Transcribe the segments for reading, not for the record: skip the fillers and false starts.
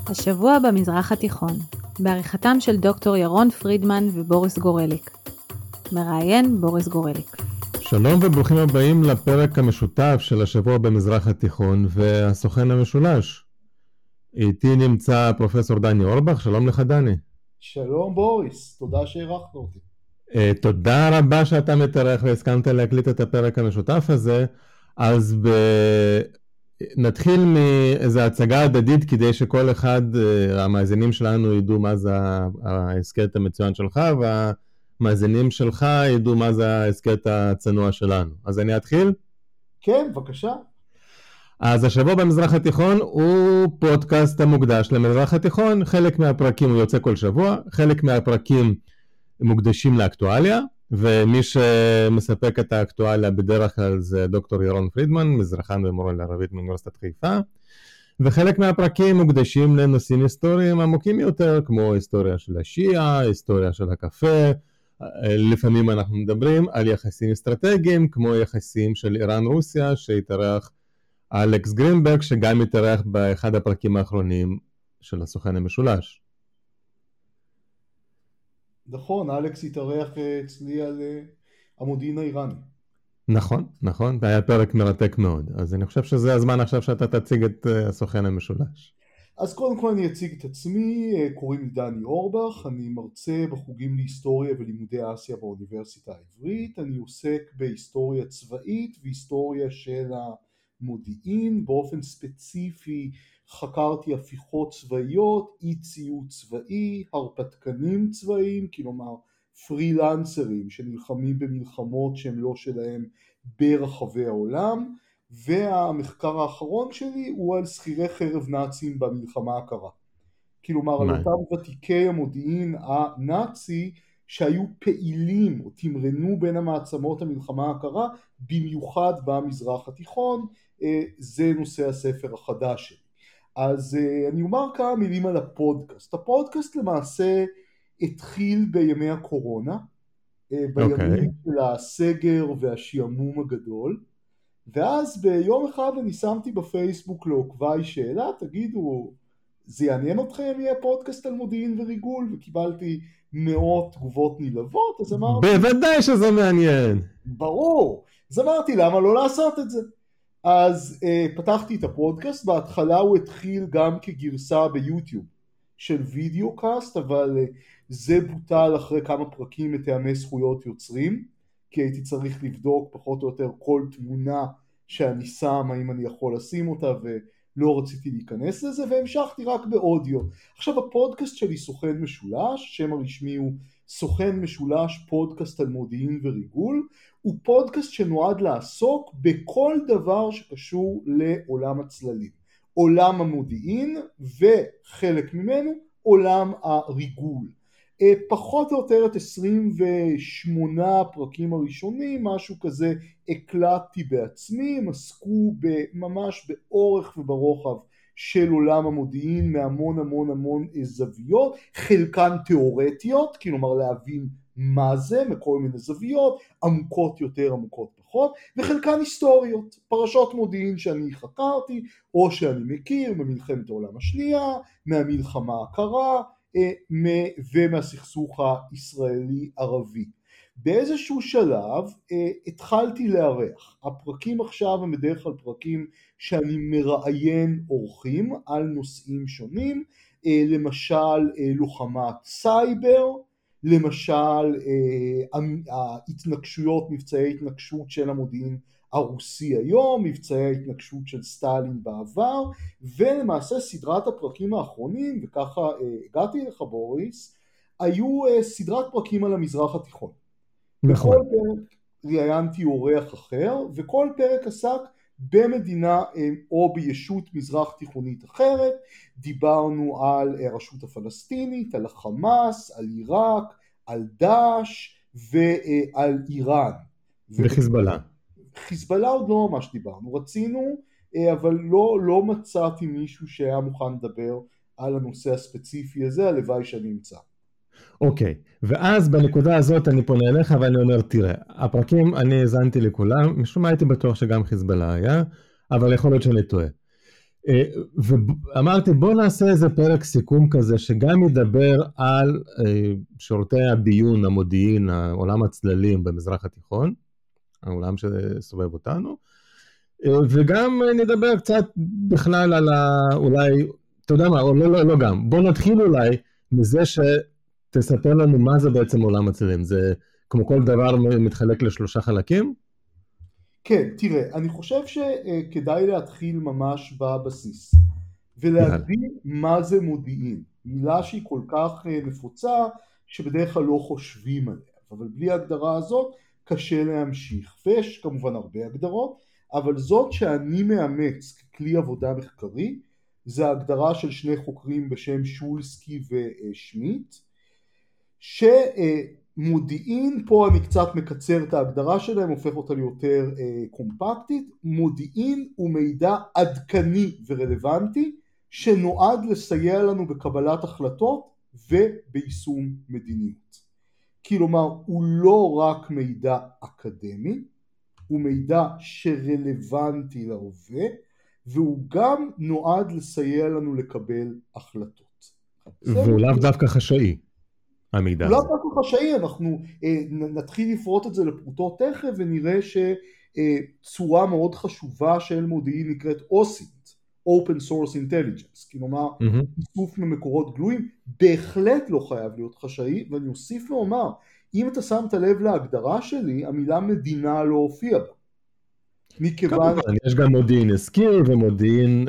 השבוע במזרח התיכון, בעריכתם של דוקטור ירון פרידמן ובוריס גורליק. מראיין בוריס גורליק. שלום וברוכים הבאים לפרק המשותף של השבוע במזרח התיכון והסוכן המשולש. איתי נמצא פרופסור דני אורבך, שלום לך דני. שלום בוריס, תודה שהערכת אותי. תודה רבה שאתה מתארח והסכמת להקליט את הפרק המשותף הזה. אז נתחיל מאיזו הצגה הדדית כדי שכל אחד, המאזינים שלנו ידעו מה זה ההסקט המצוין שלך, והמאזינים שלך ידעו מה זה ההסקט הצנוע שלנו. אז אני אתחיל? כן, בבקשה. אז השבוע במזרח התיכון הוא פודקאסט המוקדש למזרח התיכון. חלק מהפרקים הוא יוצא כל שבוע, חלק מהפרקים מוקדשים לאקטואליה, ומי שמספק את האקטואליה בדרך כלל זה דוקטור ירון פרידמן, מזרחן ומורה לערבית מאוניברסיטת חיפה, וחלק מהפרקים מוקדשים לנושאים היסטוריים עמוקים יותר, כמו היסטוריה של השיעה, היסטוריה של הקפה. לפעמים אנחנו מדברים על יחסים אסטרטגיים, כמו יחסים של איראן-רוסיה, שהתארח אלכס גרינברג, שגם התארח באחד הפרקים האחרונים של הסוכן המשולש. נכון, אלכס התארח אצלי על המודיעין האיראני. נכון, זה היה פרק מרתק מאוד. אז אני חושב שזה הזמן עכשיו שאתה תציג את הסוכן המשולש. אז קודם כל אני אציג את עצמי, קוראים לי דני אורבך, אני מרצה בחוגים להיסטוריה ולימודי אסיה באוניברסיטה העברית, אני עוסק בהיסטוריה צבאית והיסטוריה של המודיעין, באופן ספציפי חקרתי הפיכות צבאיות, אי ציות צבאי, הרפתקנים צבאיים, כלומר פרילנסרים שנלחמים במלחמות שהם לא שלהם ברחבי העולם, והמחקר האחרון שלי הוא על שכירי חרב נאצים במלחמה הקרה. כלומר על אותם ותיקי המודיעין הנאצי שהיו פעילים או תמרנו בין המעצמות המלחמה הקרה, במיוחד במזרח התיכון. זה נושא הספר החדש שלי. אז אני אומר כמה מילים על הפודקאסט. הפודקאסט למעשה התחיל בימי הקורונה, בימים של הסגר והשיעמום הגדול, ואז ביום אחד אני שמתי בפייסבוק לעוקביי שאלה, תגידו, זה יעניין אתכם יהיה פודקאסט על מודיעין וריגול? וקיבלתי מאות תגובות נלהבות, אז אמרתי... בוודאי שזה מעניין. ברור. אז אמרתי, למה לא לעשות את זה? אז פתחתי את הפודקאסט, בהתחלה הוא התחיל גם כגרסה ביוטיוב של וידאו קאסט, אבל זה בוטל אחרי כמה פרקים מטעמי זכויות יוצרים, כי הייתי צריך לבדוק פחות או יותר כל תמונה שאני שם, האם אני יכול לשים אותה, ולא רציתי להיכנס לזה, והמשכתי רק באודיו. עכשיו הפודקאסט שלי סוכן משולש, שם הרשמי הוא סוכן משולש פודקאסט על מודיעין וריגול, הוא פודקאסט שנועד לעסוק בכל דבר שקשור לעולם הצללים, עולם המודיעין וחלק ממנו עולם הריגול. פחות או יותר את 28 הפרקים הראשונים, משהו כזה הקלטתי בעצמי, הם עסקו ממש באורך וברוחב של עולם המודיעין מהמון המון המון זוויות, חלקן תיאורטיות, כלומר להבין מה זה מכל מיני זוויות, עמוקות יותר עמוקות פחות, וחלקן היסטוריות, פרשות מודיעין שאני חקרתי או שאני מכיר ממלחמת העולם השנייה, מהמלחמה הקרה ומהסכסוך הישראלי ערבי. באיזשהו שלב התחלתי לארח. הפרקים עכשיו הם בדרך כלל פרקים שאני מראיין אורחים על נושאים שונים, למשל לוחמת סייבר, למשל ההתנגשויות, מבצעי התנגשות של המודיעין הרוסי היום, מבצעי ההתנגשות של סטלין בעבר, ולמעשה סדרת הפרקים האחרונים, וככה הגעתי לך בוריס, היו סדרת פרקים על המזרח התיכון. נכון. בכל פרק ראיינתי אורח אחר, וכל פרק עסק במדינה או בישות מזרח תיכונית אחרת. דיברנו על הרשות הפלסטינית, על החמאס, על עיראק, על דאעש ועל איראן. וחיזבאללה. חיזבאללה עוד לא ממש דיברנו, רצינו, אבל לא מצאתי מישהו שהיה מוכן לדבר על הנושא הספציפי הזה, הלוואי שאני אמצא. אוקיי, ואז בנקודה הזאת אני פונה אליך ואני אומר, תראה, הפרקים אני האזנתי לכולם, משום מה הייתי בטוח שגם חיזבאללה היה, אבל יכול להיות שאני טועה. ואמרתי בוא נעשה איזה פרק סיכום כזה שגם ידבר על שירותי הביון, המודיעין, עולם הצללים במזרח התיכון, העולם שסובב אותנו, וגם נדבר קצת בכלל על אולי, אתה יודע מה, או לא גם, בוא נתחיל אולי מזה שתספר לנו מה זה בעצם עולם הצללים, זה כמו כל דבר מתחלק לשלושה חלקים? כן, תראה, אני חושב שכדאי להתחיל ממש בבסיס, ולהבין מה זה מודיעין, מילה שהיא כל כך נפוצה, שבדרך כלל לא חושבים עליה, אבל בלי ההגדרה הזאת קשה להמשיך, ויש כמובן הרבה הגדרות, אבל זאת שאני מאמץ ככלי עבודה מחקרי, זה ההגדרה של שני חוקרים בשם שולסקי ושמיט, מודיעין, פה אני קצת מקצר את ההגדרה שלהם, הופך אותה ליותר קומפקטית, מודיעין הוא מידע עדכני ורלוונטי, שנועד לסייע לנו בקבלת החלטות וביישום מדיניות. כלומר, הוא לא רק מידע אקדמי, הוא מידע שרלוונטי להווה, והוא גם נועד לסייע לנו לקבל החלטות. והוא לאו דווקא חשאי. המידע הזה. לא כל חשאי, אנחנו נתחיל לפרוט את זה לפרוטות תכף ונראה שצורה מאוד חשובה של מודיעין נקראת OSINT, Open Source Intelligence, כלומר איסוף ממקורות גלויים, בהחלט לא חייב להיות חשאי, ואני אוסיף ואומר, אם אתה שמת לב להגדרה שלי, המילה מדינה לא הופיעה בה. כמובן, יש גם מודיעין עסקי ומודיעין...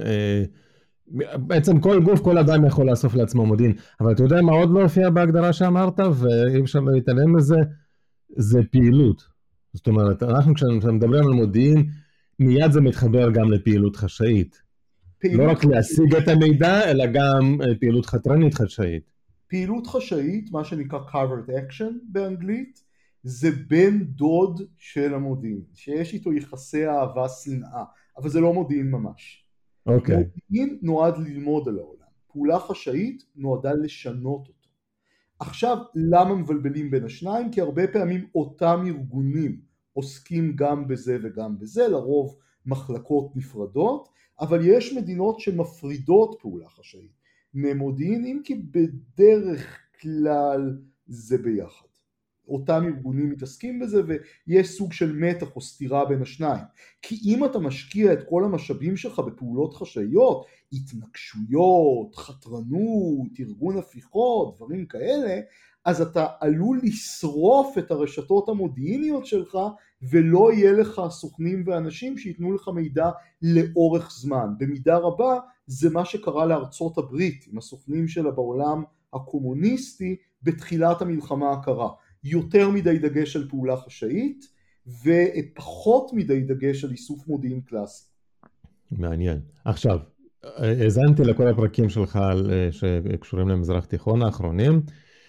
בעצם כל גוף, כל אדם יכול לאסוף לעצמו מודיעין, אבל אתה יודע מה עוד לא הופיע בהגדרה שאמרת, ואם אפשר להתעלם מזה, זה פעילות. זאת אומרת, אנחנו כשמדברים על מודיעין, מיד זה מתחבר גם לפעילות חשאית. לא רק להשיג את המידע, אלא גם פעילות חתרנית חשאית. פעילות חשאית, מה שנקרא covered action באנגלית, זה בן דוד של המודיעין, שיש איתו יחסי אהבה שנאה, אבל זה לא מודיעין ממש. מודיעין נועד ללמוד על העולם, פעולה חשאית נועדה לשנות אותו. עכשיו, למה מבלבלים בין השניים? כי הרבה פעמים אותם ארגונים עוסקים גם בזה וגם בזה, לרוב מחלקות נפרדות, אבל יש מדינות שמפרידות פעולה חשאית ממודיעין, אם כי בדרך כלל זה ביחד. אותם ארגונים מתעסקים בזה, ויש סוג של מתח או סתירה בין השניים. כי אם אתה משקיע את כל המשאבים שלך בפעולות חשאיות, התנגשויות, חתרנות, ארגון הפיכות, דברים כאלה, אז אתה עלול לשרוף את הרשתות המודיעיניות שלך, ולא יהיה לך סוכנים ואנשים שיתנו לך מידע לאורך זמן. במידה רבה זה מה שקרה לארצות הברית, עם הסוכנים שלה בעולם הקומוניסטי, בתחילת המלחמה הקרה. יותר מדי דגש על פעולה חשאית, ופחות מדי דגש על איסוף מודיעין קלאסי. מעניין. עכשיו, האזנתי לכל הפרקים שלך שקשורים למזרח תיכון האחרונים,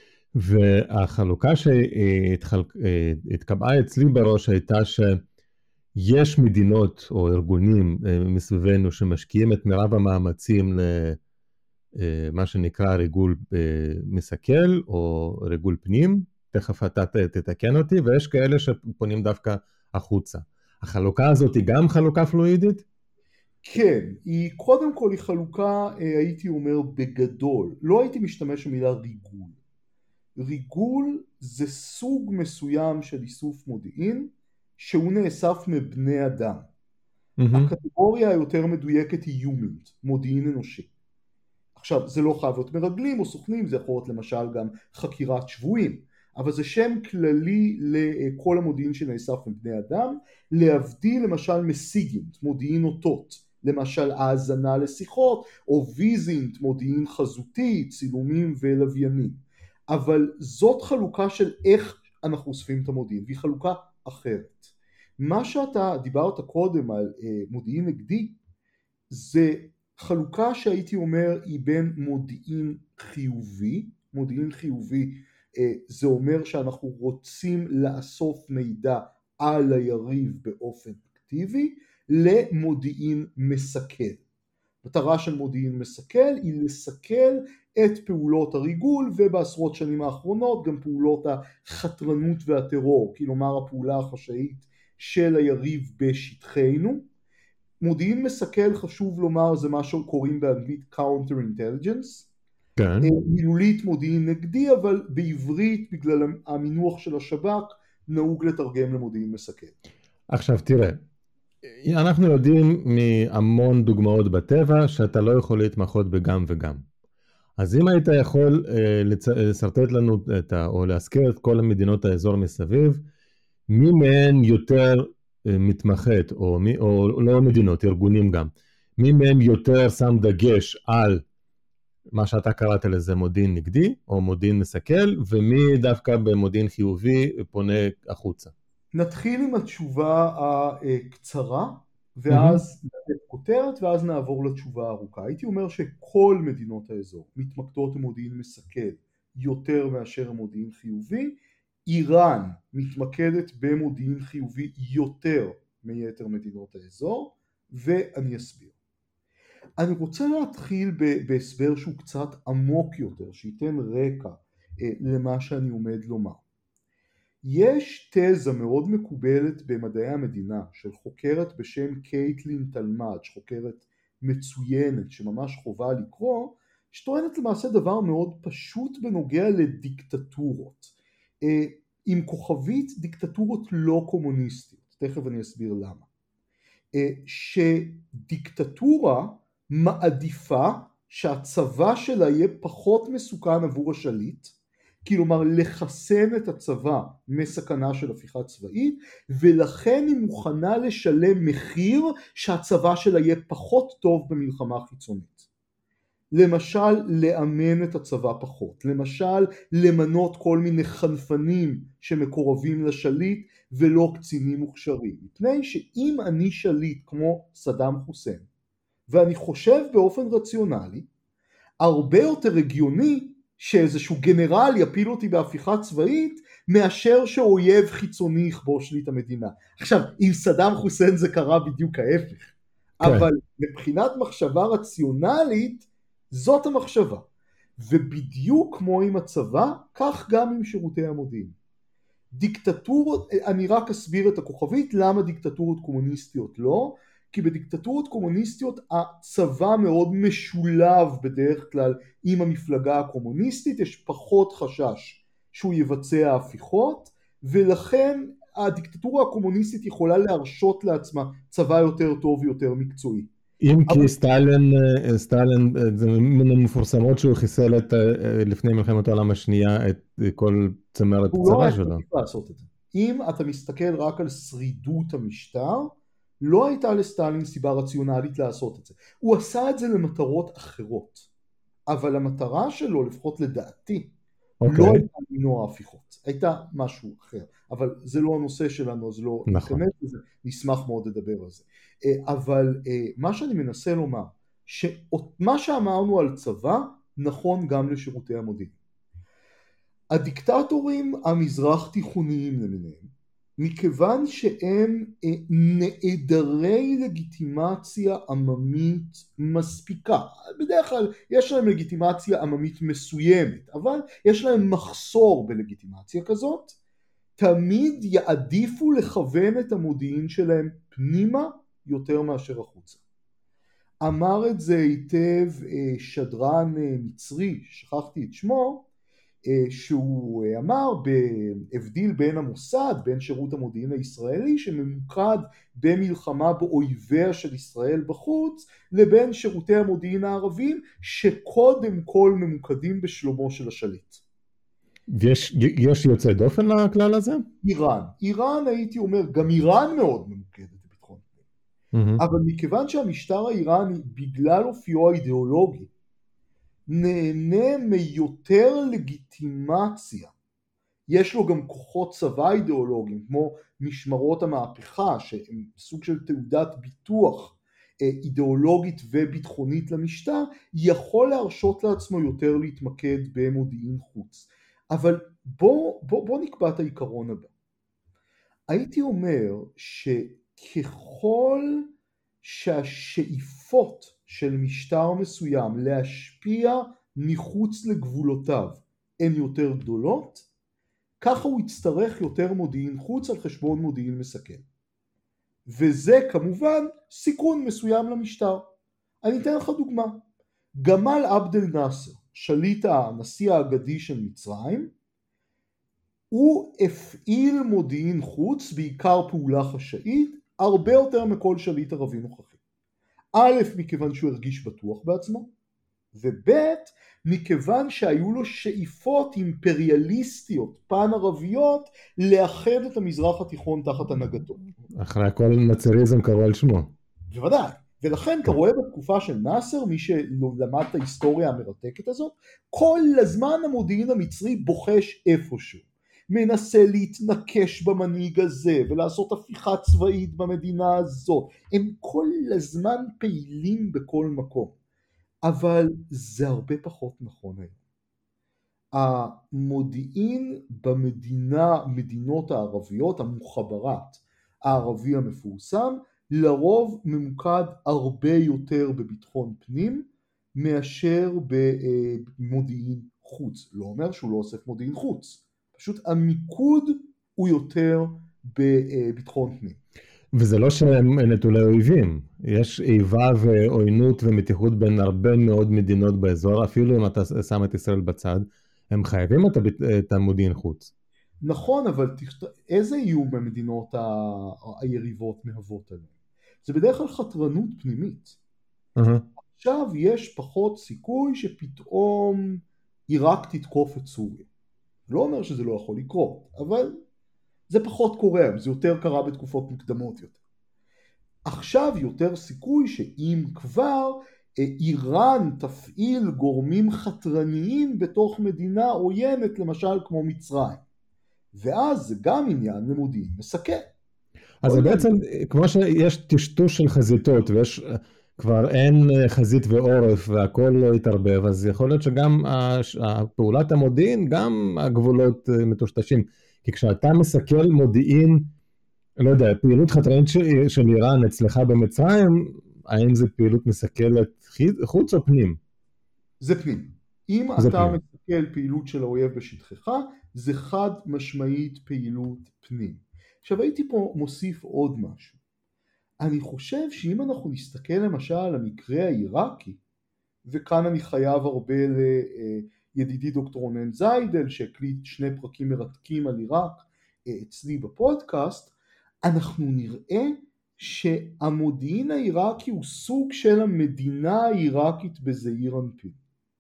והחלוקה שהתקבעה אצלי בראש הייתה שיש מדינות או ארגונים מסביבנו שמשקיעים את מרב המאמצים למה שנקרא ריגול מסכל או ריגול פנים, תכף אתה תתקן אותי, ויש כאלה שפונים דווקא החוצה. החלוקה הזאת היא גם חלוקה פלואידית? כן, היא קודם כל היא חלוקה, הייתי אומר בגדול, לא הייתי משתמש במילה ריגול. ריגול זה סוג מסוים של איסוף מודיעין, שהוא נאסף מבני אדם. הקטגוריה היותר מדויקת היא human, מודיעין אנושי. עכשיו, זה לא חייב להיות מרגלים או סוכנים, זה יכול להיות למשל גם חקירת שבויים, אבל זה שם כללי לכל המודיעין שנאסף מבני אדם, להבדיל למשל מסיגינט, מודיעין אותות, למשל האזנה לשיחות, או ויזינט, מודיעין חזותי, צילומים ולוויינים. אבל זאת חלוקה של איך אנחנו אוספים את המודיעין, והיא חלוקה אחרת. מה שאתה דיברת קודם על מודיעין נגדי, זה חלוקה שהייתי אומר היא בין מודיעין חיובי, מודיעין חיובי זה אומר שאנחנו רוצים לאסוף מידע על היריב באופן אקטיבי, למודיעין מסכל. מטרה של מודיעין מסכל היא לסכל את פעולות הריגול, ובעשרות שנים האחרונות גם פעולות החתרנות והטרור, כלומר הפעולה החשאית של היריב בשטחנו. מודיעין מסכל, חשוב לומר, זה מה שקוראים באנגלית counter intelligence, כן. מילולית מודיעין נגדי, אבל בעברית בגלל המינוח של השב"כ נהוג לתרגם למודיעין מסכל. עכשיו תראה, אנחנו יודעים מהמון דוגמאות בטבע שאתה לא יכול להתמחות בגם וגם. אז אם היית יכול לסרטט לנו או להזכיר את כל המדינות האזור מסביב, מי מהן יותר מתמחת, או לא מדינות, ארגונים גם, מי מהם יותר שם דגש על מה שאתה קראת לזה מודיעין נגדי או מודיעין מסכל, ומי דווקא במודיעין חיובי פונה החוצה? נתחיל עם התשובה הקצרה, ואז נתת כותרת, ואז נעבור לתשובה הארוכה. הייתי אומר שכל מדינות האזור מתמקדות במודיעין מסכל יותר מאשר מודיעין חיובי. איראן מתמקדת במודיעין חיובי יותר מיתר מדינות האזור, ואני אסביר. אני רוצה להתחיל בהסבר שהוא קצת עמוק יותר, שייתן רקע למה שאני עומד לומר. יש תזה מאוד מקובלת במדעי המדינה של חוקרת בשם קייטלין טלמאג', חוקרת מצוינת שממש חובה לקרוא, שטוענת למעשה דבר מאוד פשוט בנוגע לדיקטטורות. עם כוכבית דיקטטורות לא קומוניסטיות, תכף אני אסביר למה. שדיקטטורה מעדיפה שהצבא שלה יהיה פחות מסוכן עבור השליט, כלומר לחסן את הצבא מסכנה של הפיכה צבאית, ולכן היא מוכנה לשלם מחיר שהצבא שלה יהיה פחות טוב במלחמה חיצונית. למשל לאמן את הצבא פחות, למשל למנות כל מיני חנפנים שמקורבים לשליט ולא קצינים מוכשרים, מפני שאם אני שליט כמו סדאם חוסיין ואני חושב באופן רציונלי, הרבה יותר הגיוני שאיזשהו גנרל יפיל אותי בהפיכה צבאית מאשר שאויב חיצוני יכבוש לי את המדינה. עכשיו, עם סדאם חוסיין זה קרה בדיוק ההפך, כן. אבל מבחינת מחשבה רציונלית זאת המחשבה, ובדיוק כמו עם הצבא, כך גם עם שירותי המודיעין. דיקטטורות, אני רק אסביר את הכוכבית, למה דיקטטורות קומוניסטיות לא, כי בדיקטטורות קומוניסטיות הצבא מאוד משולב בדרך כלל עם המפלגה הקומוניסטית, יש פחות חשש שהוא יבצע הפיכות, ולכן הדיקטטורה הקומוניסטית יכולה להרשות לעצמה צבא יותר טוב ויותר מקצועי. אם כי סטלין, זה מן המפורסמות שהוא חיסל לפני מלחמת העולם השנייה את כל צמרת הצבא שלו. אם אתה מסתכל רק על שרידות המשטר, לא הייתה לסטלין סיבה רציונלית לעשות את זה. הוא עשה את זה למטרות אחרות, אבל המטרה שלו, לפחות לדעתי, לא הייתה למנוע הפיכות, הייתה משהו אחר, אבל זה לא הנושא שלנו, אז לא ניכנס לזה, נשמח מאוד לדבר על זה. אבל מה שאני מנסה לומר, שמה שאמרנו על צבא, נכון גם לשירותי המודיעין. הדיקטטורים המזרח תיכוניים למיניהם, מכיוון שהם נעדרי לגיטימציה עממית מספיקה, בדרך כלל יש להם לגיטימציה עממית מסוימת, אבל יש להם מחסור בלגיטימציה כזאת, תמיד יעדיפו לכוון את המודיעין שלהם פנימה יותר מאשר החוצה. אמר את זה היטב שדרן מצרי, שכחתי את שמו, שהוא אמר בהבדיל בין המוסד, בין שירות המודיעין הישראלי שממוקד במלחמה באויביה של ישראל בחוץ, לבין שירותי המודיעין הערבים שקודם כל ממוקדים בשלומו של השליט. יש יוצא דופן לכלל הזה? איראן הייתי אומר, גם איראן מאוד ממוקדת בביטחון פנים. אבל מכיוון שהמשטר האיראני בגלל אופיו האידיאולוגי נהנה מיותר לגיטימציה, יש לו גם כוחות צבא אידיאולוגיים כמו משמרות המהפכה שהם סוג של תעודת ביטוח אידיאולוגית וביטחונית למשטר, יכול להרשות לעצמו יותר להתמקד במודיעין חוץ. אבל בוא נקבע את העיקרון הבא. הייתי אומר שככל שהשאיפות של משטר מסוים להשפיע מחוץ לגבולותיו הן יותר גדולות, ככה הוא יצטרך יותר מודיעין חוץ על חשבון מודיעין מסכל. וזה כמובן סיכון מסוים למשטר. אני אתן לך דוגמה. גמל עבד אל נאסר, שליט הנשיא האגדי של מצרים, הוא הפעיל מודיעין חוץ, בעיקר פעולה חשאית, הרבה יותר מכל שליט ערבי נוכחי. א', מכיוון שהוא הרגיש בטוח בעצמו, וב', מכיוון שהיו לו שאיפות אימפריאליסטיות פן ערביות לאחד את המזרח התיכון תחת הנהגתו. אחרי הכל נאצריזם קראו על שמו. בוודאי, ולכן אתה רואה בתקופה של נאסר, מי שלמד את ההיסטוריה המרתקת הזאת, כל הזמן המודיעין המצרי בוחש איפשהו, מנסה להתנקש במנהיג הזה ולעשות הפיכה צבאית במדינה הזאת, הם כל הזמן פעילים בכל מקום, אבל זה הרבה פחות נכון היום. המודיעין במדינות הערביות, המוחברת הערבי המפורסם, לרוב ממוקד הרבה יותר בביטחון פנים מאשר במודיעין חוץ. לא אומר שהוא לא אוסף מודיעין חוץ, פשוט המיקוד הוא יותר בביטחון פנים. וזה לא שהם נטולי אויבים, יש איבה ועוינות ומתיחות בין הרבה מאוד מדינות באזור, אפילו אם אתה שם את ישראל בצד, הם חייבים את המודיעין חוץ. נכון, אבל איזה איום במדינות היריבות מהוות עליהם? זה בדרך כלל חתרנות פנימית. עכשיו יש פחות סיכוי שפתאום עיראק תתקוף את סוריה. לא אומר שזה לא יכול לקרות, אבל זה פחות קורה, זה יותר קרה בתקופות מוקדמות יותר. עכשיו יותר סיכוי שאם כבר איראן תפעיל גורמים חתרניים בתוך מדינה עוינת, למשל כמו מצרים. ואז זה גם עניין למודיעין מסכן. אז זה בעצם, כמו שיש טשטוש של חזיתות, ויש כבר אין חזית ועורף והכל לא יתערבב, אז יכול להיות שגם פעולת המודיעין, גם הגבולות מטושטשים. כי כשאתה מסכל מודיעין, לא יודע, פעילות חתרנית של איראן אצלך במצרים, האם זה פעילות מסכלת חוץ או פנים? זה פנים. אם אתה מסכל פעילות של האויב בשטחך, זה חד משמעית פעילות פנים. עכשיו הייתי פה מוסיף עוד משהו. אני חושב שאם אנחנו נסתכל למשל על המקרה העיראקי, וכאן אני חייב הרבה לידידי דוקטור רונן זיידל, שהקליט 2 פרקים מרתקים על עיראק אצלי בפודקאסט, אנחנו נראה שהמודיעין העיראקי הוא סוג של המדינה העיראקית בזעיר אנפין.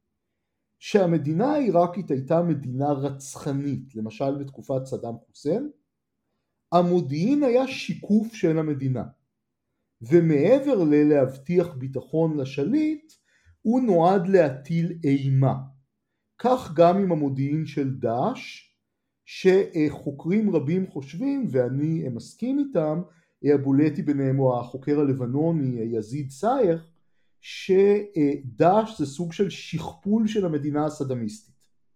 שהמדינה העיראקית הייתה מדינה רצחנית, למשל בתקופת סדאם חוסיין, המודיעין היה שיקוף של המדינה, ומעבר להבטיח ביטחון לשליט, הוא נועד להטיל אימה. כך גם עם המודיעין של דאעש, שחוקרים רבים חושבים, ואני מסכים איתם, הבולטי ביניהם הוא החוקר הלבנוני יזיד סייח, שדאעש זה סוג של שכפול של המדינה הסדאמיסטית.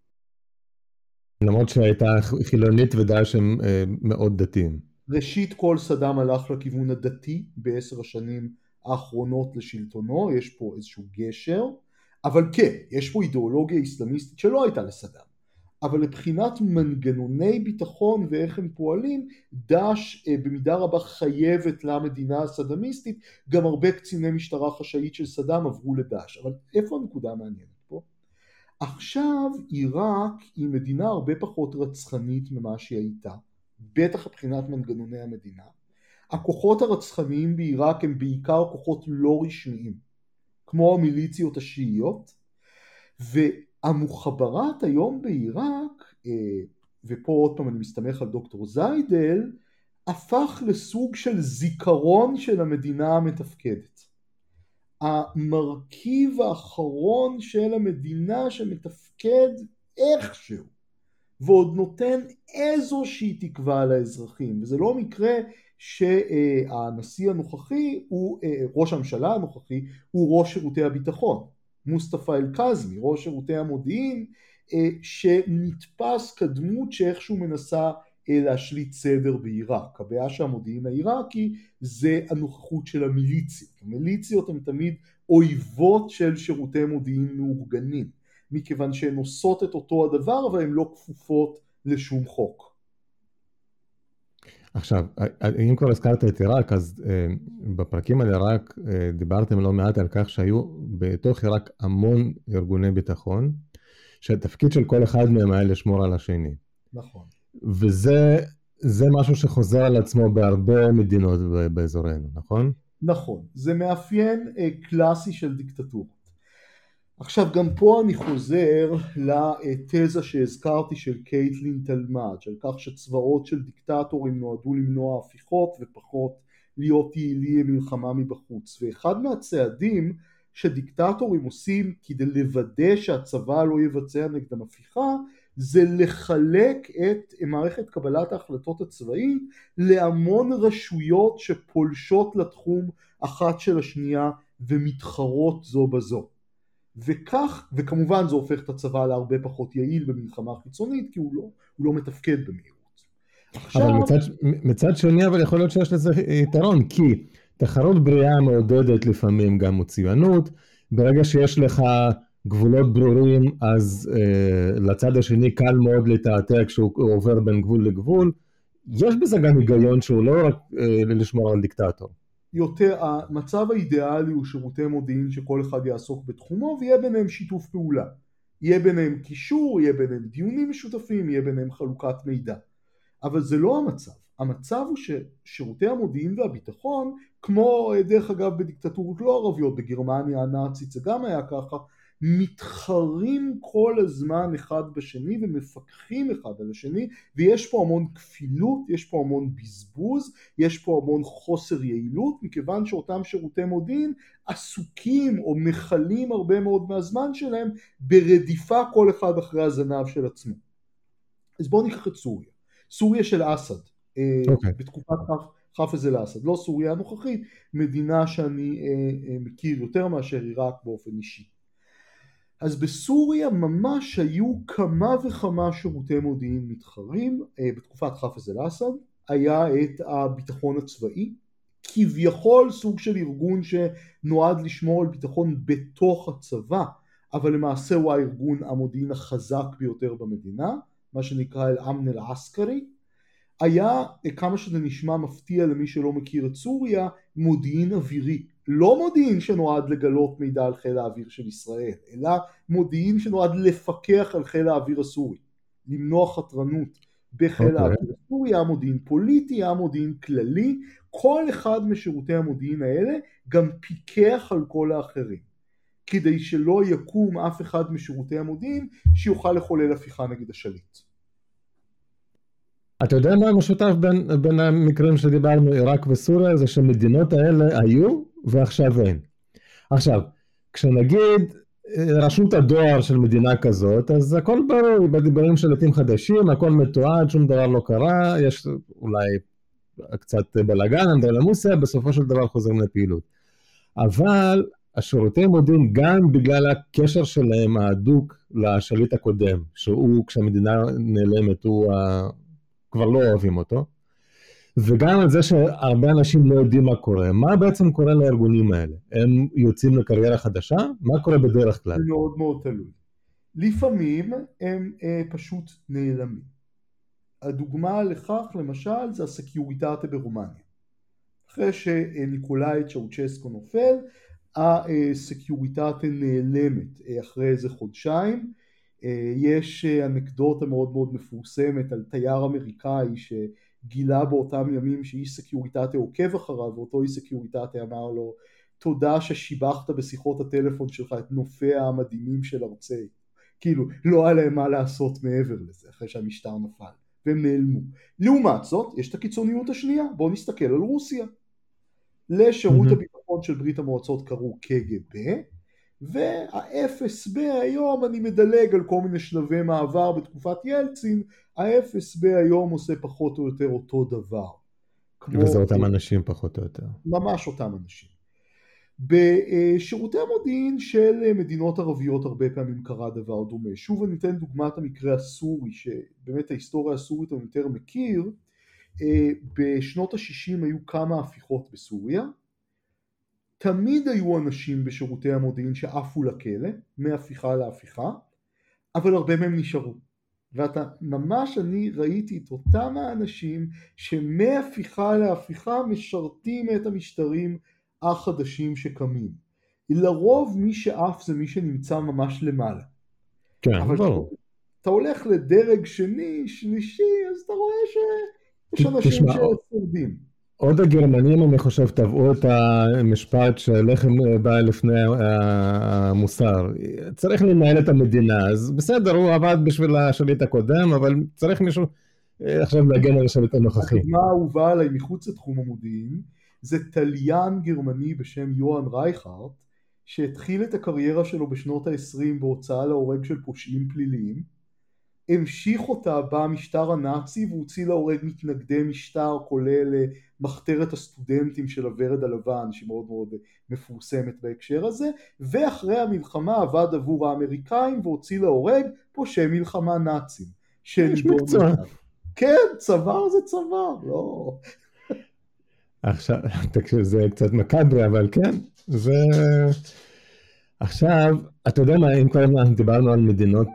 למרות שהייתה חילונית ודאעש הם מאוד דתיים. ראשית כל סדאם הלך לכיוון הדתי ב10 השנים האחרונות לשלטונו, יש פה איזשהו גשר, אבל כן, יש פה אידיאולוגיה איסלאמיסטית שלא הייתה לסדאם. אבל לבחינת מנגנוני ביטחון ואיך הם פועלים, דאעש במידה רבה חייבת למדינה הסדאמיסטית, גם הרבה קציני משטרה חשאית של סדאם עברו לדאעש. אבל איפה הנקודה המעניינת פה? עכשיו עיראק היא מדינה הרבה פחות רצחנית ממה שהיא הייתה, בטח מבחינת מנגנוני המדינה. הכוחות הרצחניים בעיראק הם בעיקר כוחות לא רשמיים, כמו המיליציות השיעיות, והמוחברת היום בעיראק, ופה עוד פעם אני מסתמך על דוקטור זיידל, הפך לסוג של זיכרון של המדינה המתפקדת. המרכיב האחרון של המדינה שמתפקד איכשהו, ועוד נותן איזושהי תקווה לאזרחים, וזה לא מקרה שהנשיא הנוכחי, ראש הממשלה הנוכחי, הוא ראש שירותי הביטחון, מוסטפא אל-קאזמי, ראש שירותי המודיעין, שנתפס כדמות שאיכשהו מנסה להשליט סדר בעיראק. הבעיה שהמודיעין העיראקי זה הנוכחות של המיליציות. המיליציות הן תמיד אויבות של שירותי מודיעין מאורגנים, מכיוון שהן עושות את אותו הדבר, אבל הן לא כפופות לשום חוק. עכשיו, אם כבר הזכרת את עיראק, אז בפרקים על עיראק דיברתם לא מעט על כך שהיו בתוך עיראק המון ארגוני ביטחון, שהתפקיד של כל אחד מהם היה לשמור על השני. נכון. וזה משהו שחוזר על עצמו בהרבה מדינות באזורנו, נכון? נכון, זה מאפיין קלאסי של דיקטטורות. עכשיו גם פה אני חוזר לתזה שהזכרתי של קייטלין תלמד, על כך שצבאות של דיקטטורים נועדו למנוע הפיכות ופחות להיות יעילים מלחמה מבחוץ. ואחד מהצעדים שדיקטטורים עושים כדי לוודא שהצבא לא יבצע נגדם הפיכה, זה לחלק את מערכת קבלת ההחלטות הצבאית להמון רשויות שפולשות לתחום אחת של השנייה ומתחרות זו בזו. וכך, וכמובן זה הופך את הצבא להרבה פחות יעיל במלחמה חיצונית, כי הוא לא מתפקד במהירות. אבל מצד שני, אבל יכול להיות שיש לזה יתרון, כי תחרות בריאה מעודדת לפעמים גם מצוינות, ברגע שיש לך גבולות ברורים, אז לצד השני קל מאוד לתעתע כשהוא עובר בין גבול לגבול, יש בזה גם היגיון שהוא לא רק לשמור על דיקטטור. יותר, המצב האידיאלי הוא שירותי מודיעין שכל אחד יעסוק בתחומו ויהיה ביניהם שיתוף פעולה. יהיה ביניהם קישור, יהיה ביניהם דיונים משותפים, יהיה ביניהם חלוקת מידע. אבל זה לא המצב. המצב הוא ששירותי המודיעין והביטחון, כמו דרך אגב בדיקטטורות לא ערביות, בגרמניה הנאצית זה גם היה ככה, מתחרים כל הזמן אחד בשני ומפקחים אחד על השני, ויש פה המון כפילות, יש פה המון בזבוז, יש פה המון חוסר יעילות, מכיוון שאותם שירותי מודיעין עסוקים או מחלים הרבה מאוד מהזמן שלהם ברדיפה כל אחד אחרי הזנב של עצמו. אז בואו ניקח את סוריה. סוריה של אסד, בתקופת חאפז אל-אסד, לא סוריה הנוכחית, מדינה שאני מכיר יותר מאשר עיראק באופן אישי. אז בסוריה ממש היו כמה וכמה שירותי מודיעין מתחרים. בתקופת חאפז אל-אסד היה את הביטחון הצבאי, כביכול סוג של ארגון שנועד לשמור על ביטחון בתוך הצבא, אבל למעשה הוא הארגון המודיעין החזק ביותר במדינה, מה שנקרא אל-אמן אל-עסקרי. היה, כמה שזה נשמע מפתיע למי שלא מכיר את סוריה, מודיעין אווירי. לא מודיעין שנועד לגלות מידע על חיל האוויר של ישראל, אלא מודיעין שנועד לפקח על חיל האוויר הסורי, למנוע חתרנות בחיל האוויר הסורי. היה מודיעין פוליטי, היה מודיעין כללי, כל אחד משירותי המודיעין האלה גם פיקח על כל האחרים, כדי שלא יקום אף אחד משירותי המודיעין שיוכל לחולל הפיכה נגד השליט. אתה יודע מה המשותף בין המקרים שדיברנו, עיראק וסוריה, זה שמדינות האלה היו ועכשיו אין. עכשיו, כשנגיד רשות הדואר של מדינה כזאת, אז הכל ברור, בדיבורים של עתים חדשים, הכל מתועד, שום דבר לא קרה, יש אולי קצת בלגן, אנדרלמוסיה, בסופו של דבר חוזרים לפעילות. אבל השירותי מודיעין, גם בגלל הקשר שלהם ההדוק לשליט הקודם, שהוא כשהמדינה נעלמת, הוא כבר לא אוהבים אותו, וגם על זה שהרבה אנשים לא יודעים מה קורה. מה בעצם קורה לארגונים האלה? הם יוצאים לקריירה חדשה? מה קורה בדרך כלל? זה מאוד מאוד תלוי. לפעמים הם פשוט נעלמים. הדוגמה לכך למשל זה הסקיוריטטה ברומניה. אחרי שניקולאי צ'אוצ'סקו נופל, הסקיוריטטה נעלמת אחרי איזה חודשיים. יש אנקדוטה מאוד מאוד מפורסמת על תייר אמריקאי שגילה באותם ימים שאיש סקיוריטטה עוקב אחריו, ואותו איש סקיוריטטה אמר לו, תודה ששיבחת בשיחות הטלפון שלך את נופיה המדהימים של ארצי. כאילו לא היה להם מה לעשות מעבר לזה אחרי שהמשטר נפל, והם נעלמו. לעומת זאת יש את הקיצוניות השנייה. בואו נסתכל על רוסיה. לשירות הביטחון של ברית המועצות קראו קג"ב, וה-FSB היום, אני מדלג על כל מיני שלבי מעבר בתקופת ילצין, ה-FSB היום עושה פחות או יותר אותו דבר. וזה אותם אנשים פחות או יותר. ממש אותם אנשים. בשירותי המודיעין של מדינות ערביות הרבה פעמים קרה דבר דומה. שוב אני אתן דוגמת המקרה הסורי, שבאמת ההיסטוריה הסורית אני יותר מכיר. בשנות ה-60 היו כמה הפיכות בסוריה, תמיד היו אנשים בשירותי המודיעין שעפו לכלא, מהפיכה להפיכה, אבל הרבה מהם נשארו. ואתה ממש, אני ראיתי את אותם האנשים שמהפיכה להפיכה משרתים את המשטרים החדשים שקמים. לרוב מי שאף זה מי שנמצא ממש למעלה. כן, אבל ברור. אתה הולך לדרג שני, שלישי, אז אתה רואה שיש אנשים ששורדים. עוד הגרמנים, אני חושב, טבעו את המשפט שלחם בא לפני המוסר. צריך לנהל את המדינה, אז בסדר, הוא עבד בשביל השליט הקודם, אבל צריך מישהו עכשיו להגן על השליט הנוכחי. הדוגמה האהובה עליי מחוץ לתחום המודיעין, זה תליין גרמני בשם יוהאן רייכרט, שהתחיל את הקריירה שלו בשנות ה-20 בהוצאה להורג של פושעים פליליים, המשיך אותה במשטר הנאצי והוציא להורג מתנגדי משטר, כולל מחתרת הסטודנטים של הוורד הלבן שמאוד מאוד מפורסמת בהקשר הזה, ואחרי המלחמה עבד עבור האמריקאים והוציא להורג פושעי מלחמה נאצים. יש מקצוע. כן, צוואר זה צוואר, לא. עכשיו, זה קצת מקאברי, אבל כן, זה... עכשיו, אתה יודע מה, אם כבר דיברנו על מדינות